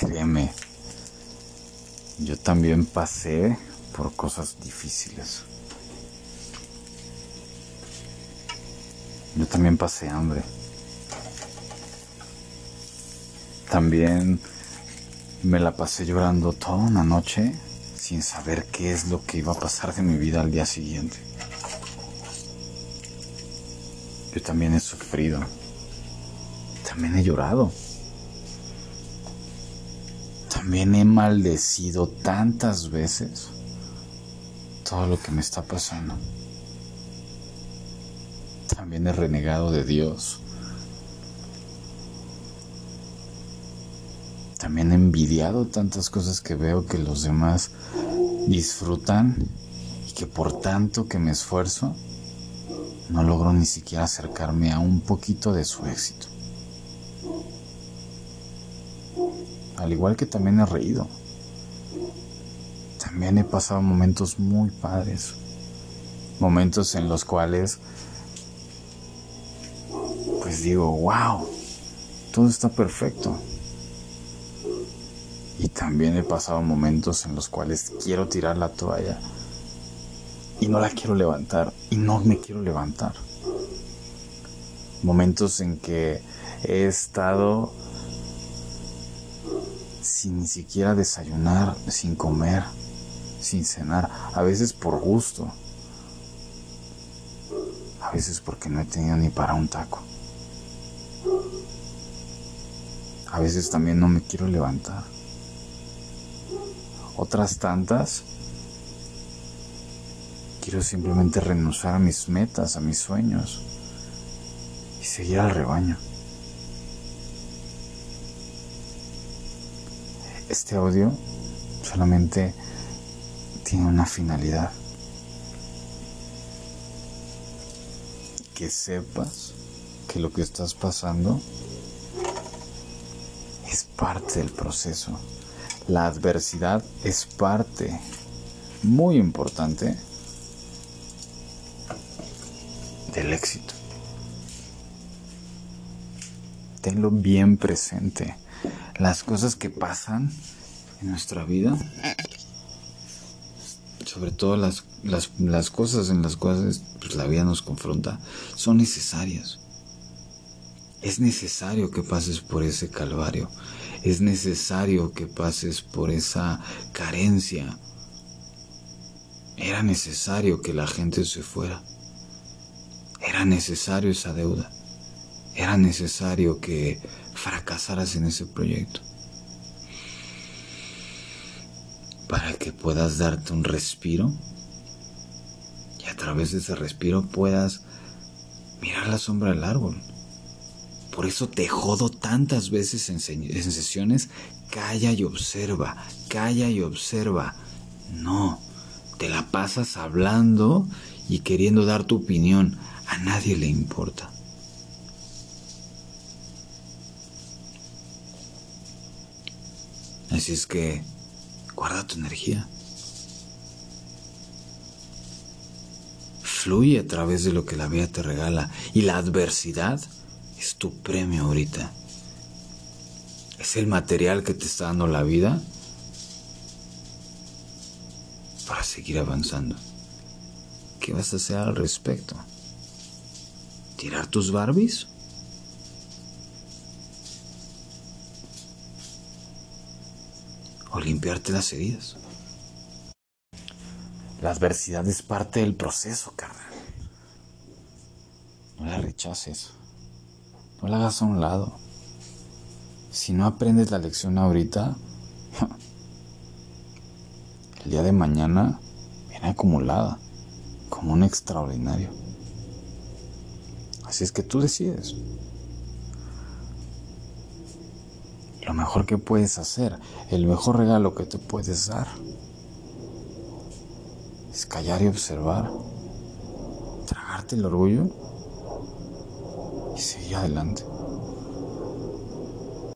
Créeme, yo también pasé por cosas difíciles. Yo también pasé hambre. También me la pasé llorando toda una noche sin saber qué es lo que iba a pasar de mi vida al día siguiente. Yo también he sufrido. También he llorado. También he maldecido tantas veces todo lo que me está pasando. También he renegado de Dios. También he envidiado tantas cosas que veo que los demás disfrutan y que por tanto que me esfuerzo, no logro ni siquiera acercarme a un poquito de su éxito. Al igual que también he reído. También he pasado momentos muy padres. Momentos en los cuales pues digo, wow, todo está perfecto. Y también he pasado momentos en los cuales quiero tirar la toalla y no la quiero levantar y no me quiero levantar. Momentos en que he estado sin ni siquiera desayunar, sin comer, sin cenar, a veces por gusto, a veces porque no he tenido ni para un taco. A veces también no me quiero levantar. Otras tantas, quiero simplemente renunciar a mis metas, a mis sueños y seguir al rebaño. Este audio solamente tiene una finalidad. Que sepas que lo que estás pasando es parte del proceso. La adversidad es parte muy importante del éxito. Tenlo bien presente. Las cosas que pasan en nuestra vida, sobre todo las cosas en las cuales pues, la vida nos confronta, son necesarias. Es necesario que pases por ese calvario. Es necesario que pases por esa carencia. Era necesario que la gente se fuera. Era necesario esa deuda. Era necesario que fracasaras en ese proyecto. Para que puedas darte un respiro y a través de ese respiro puedas mirar la sombra del árbol. Por eso te jodo tantas veces en sesiones, calla y observa, calla y observa. No, te la pasas hablando y queriendo dar tu opinión. A nadie le importa. Así es que guarda tu energía. Fluye a través de lo que la vida te regala. Y la adversidad es tu premio ahorita. Es el material que te está dando la vida para seguir avanzando. ¿Qué vas a hacer al respecto? ¿Tirar tus Barbies? ¿O limpiarte las heridas? La adversidad es parte del proceso, carnal. No la rechaces. No la hagas a un lado. Si no aprendes la lección ahorita, el día de mañana viene acumulada, como un extraordinario. Así es que tú decides. Lo mejor que puedes hacer, el mejor regalo que te puedes dar, es callar y observar, tragarte el orgullo y seguir adelante.